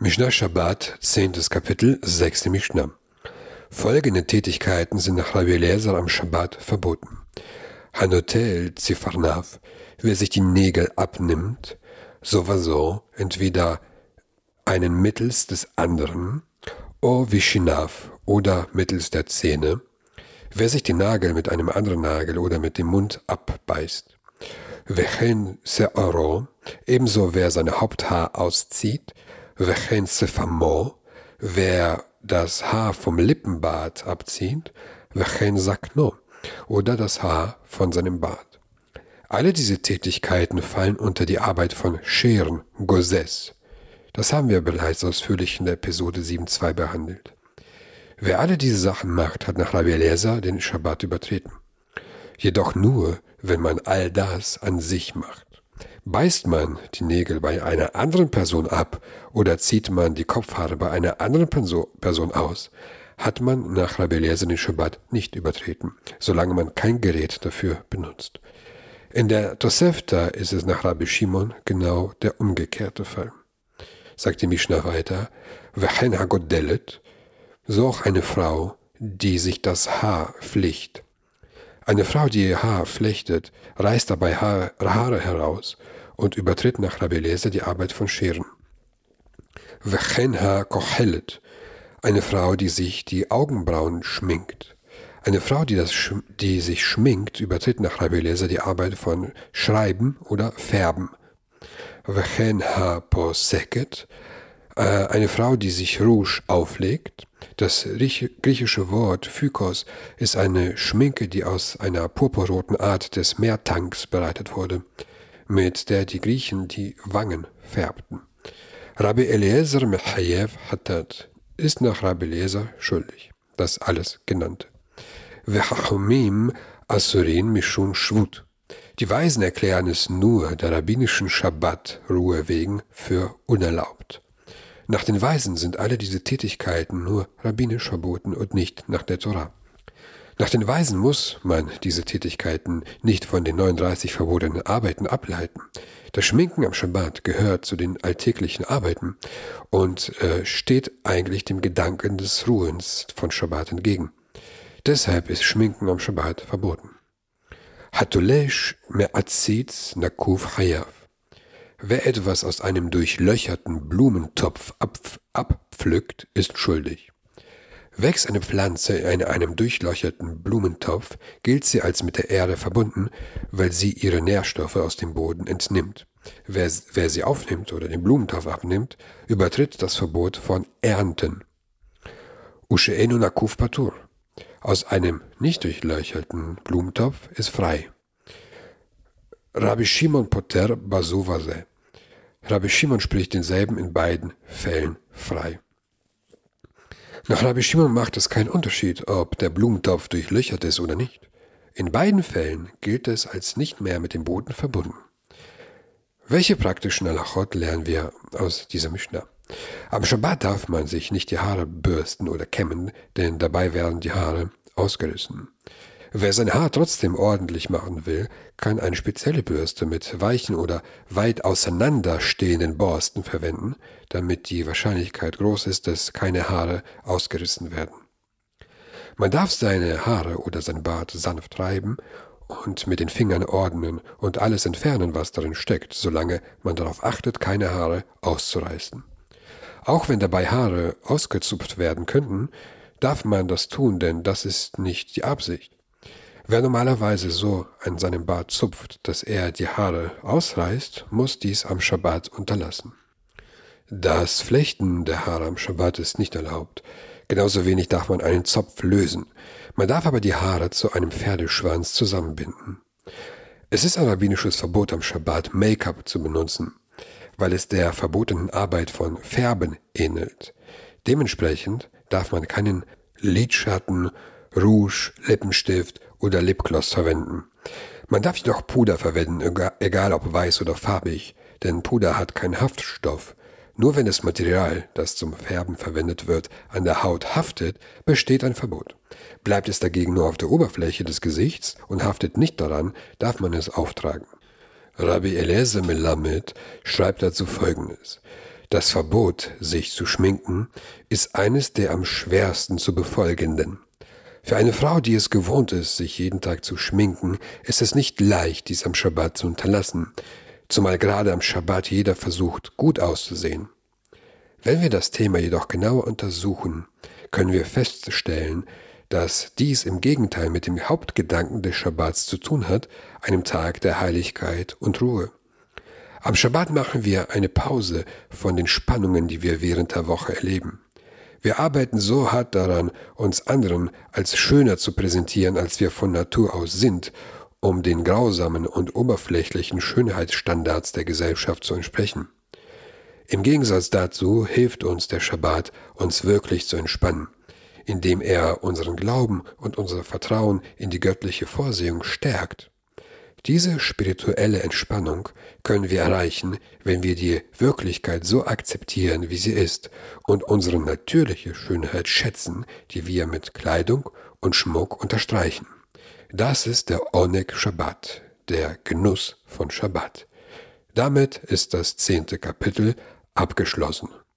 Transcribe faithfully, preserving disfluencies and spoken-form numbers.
Mishnah Shabbat, zehntes Kapitel, sechste Mishnah. Folgende Tätigkeiten sind nach Rabbi Eliezer am Shabbat verboten. Hanotel Zifarnav, wer sich die Nägel abnimmt, sowieso entweder einen mittels des anderen, o Vishinav oder mittels der Zähne, wer sich den Nagel mit einem anderen Nagel oder mit dem Mund abbeißt. Vechen Se'oro, ebenso wer sein Haupthaar auszieht, Vechen Sefamo, wer das Haar vom Lippenbart abzieht, Vechen Sakno, oder das Haar von seinem Bart. Alle diese Tätigkeiten fallen unter die Arbeit von Scheren, Gozes. Das haben wir bereits ausführlich in der Episode sieben Punkt zwei behandelt. Wer alle diese Sachen macht, hat nach Rabbi Eliezer den Schabbat übertreten. Jedoch nur, wenn man all das an sich macht. Beißt man die Nägel bei einer anderen Person ab oder zieht man die Kopfhaare bei einer anderen Person aus, hat man nach Rabbi Eliezer den Schabbat nicht übertreten, solange man kein Gerät dafür benutzt. In der Tosefta ist es nach Rabbi Shimon genau der umgekehrte Fall. Sagt die Mishnah weiter, Vechen hagodelet, so auch eine Frau, die sich das Haar flicht. Eine Frau, die ihr Haar flechtet, reißt dabei Haar, Haare heraus und übertritt nach Rabbi Eliezer die Arbeit von Scheren. Vechen ha-kochelet, eine Frau, die sich die Augenbrauen schminkt. Eine Frau, die, das, die sich schminkt, übertritt nach Rabbi Eliezer die Arbeit von Schreiben oder Färben. Vechen ha-poseket, eine Frau, die sich Rouge auflegt. Das griechische Wort Phykos ist eine Schminke, die aus einer purpurroten Art des Meertanks bereitet wurde, mit der die Griechen die Wangen färbten. Rabbi Eliezer Mechayev Hatat ist nach Rabbi Eliezer schuldig. Das alles genannte. Vechachomim Asurin Mishun Shvut. Die Weisen erklären es nur der rabbinischen Schabbat-Ruhe wegen für unerlaubt. Nach den Weisen sind alle diese Tätigkeiten nur rabbinisch verboten und nicht nach der Torah. Nach den Weisen muss man diese Tätigkeiten nicht von den neununddreißig verbotenen Arbeiten ableiten. Das Schminken am Schabbat gehört zu den alltäglichen Arbeiten und äh, steht eigentlich dem Gedanken des Ruhens von Schabbat entgegen. Deshalb ist Schminken am Schabbat verboten. Hatulesh me'atzitz nakuf hayav. Wer etwas aus einem durchlöcherten Blumentopf abpflückt, ist schuldig. Wächst eine Pflanze in einem durchlöcherten Blumentopf, gilt sie als mit der Erde verbunden, weil sie ihre Nährstoffe aus dem Boden entnimmt. Wer, wer sie aufnimmt oder den Blumentopf abnimmt, übertritt das Verbot von Ernten. Ushe'enu nakuf patur. Aus einem nicht durchlöcherten Blumentopf ist frei. Rabbi Shimon poter basuvase. Rabbi Shimon spricht denselben in beiden Fällen frei. Nach Rabbi Shimon macht es keinen Unterschied, ob der Blumentopf durchlöchert ist oder nicht. In beiden Fällen gilt es als nicht mehr mit dem Boden verbunden. Welche praktischen Halachot lernen wir aus dieser Mishnah? Am Schabbat darf man sich nicht die Haare bürsten oder kämmen, denn dabei werden die Haare ausgerissen. Wer sein Haar trotzdem ordentlich machen will, kann eine spezielle Bürste mit weichen oder weit auseinanderstehenden Borsten verwenden, damit die Wahrscheinlichkeit groß ist, dass keine Haare ausgerissen werden. Man darf seine Haare oder sein Bart sanft reiben und mit den Fingern ordnen und alles entfernen, was darin steckt, solange man darauf achtet, keine Haare auszureißen. Auch wenn dabei Haare ausgezupft werden könnten, darf man das tun, denn das ist nicht die Absicht. Wer normalerweise so an seinem Bart zupft, dass er die Haare ausreißt, muss dies am Schabbat unterlassen. Das Flechten der Haare am Schabbat ist nicht erlaubt. Genauso wenig darf man einen Zopf lösen. Man darf aber die Haare zu einem Pferdeschwanz zusammenbinden. Es ist ein rabbinisches Verbot am Schabbat, Make-up zu benutzen, weil es der verbotenen Arbeit von Färben ähnelt. Dementsprechend darf man keinen Lidschatten, Rouge, Lippenstift oder Lipgloss verwenden. Man darf jedoch Puder verwenden, egal ob weiß oder farbig, denn Puder hat keinen Haftstoff. Nur wenn das Material, das zum Färben verwendet wird, an der Haut haftet, besteht ein Verbot. Bleibt es dagegen nur auf der Oberfläche des Gesichts und haftet nicht daran, darf man es auftragen. Rabbi Eliezer Melamed schreibt dazu Folgendes. Das Verbot, sich zu schminken, ist eines der am schwersten zu befolgenden. Für eine Frau, die es gewohnt ist, sich jeden Tag zu schminken, ist es nicht leicht, dies am Schabbat zu unterlassen, zumal gerade am Schabbat jeder versucht, gut auszusehen. Wenn wir das Thema jedoch genauer untersuchen, können wir feststellen, dass dies im Gegenteil mit dem Hauptgedanken des Schabbats zu tun hat, einem Tag der Heiligkeit und Ruhe. Am Schabbat machen wir eine Pause von den Spannungen, die wir während der Woche erleben. Wir arbeiten so hart daran, uns anderen als schöner zu präsentieren, als wir von Natur aus sind, um den grausamen und oberflächlichen Schönheitsstandards der Gesellschaft zu entsprechen. Im Gegensatz dazu hilft uns der Schabbat, uns wirklich zu entspannen, indem er unseren Glauben und unser Vertrauen in die göttliche Vorsehung stärkt. Diese spirituelle Entspannung können wir erreichen, wenn wir die Wirklichkeit so akzeptieren, wie sie ist, und unsere natürliche Schönheit schätzen, die wir mit Kleidung und Schmuck unterstreichen. Das ist der Oneg Shabbat, der Genuss von Schabbat. Damit ist das zehnte Kapitel abgeschlossen.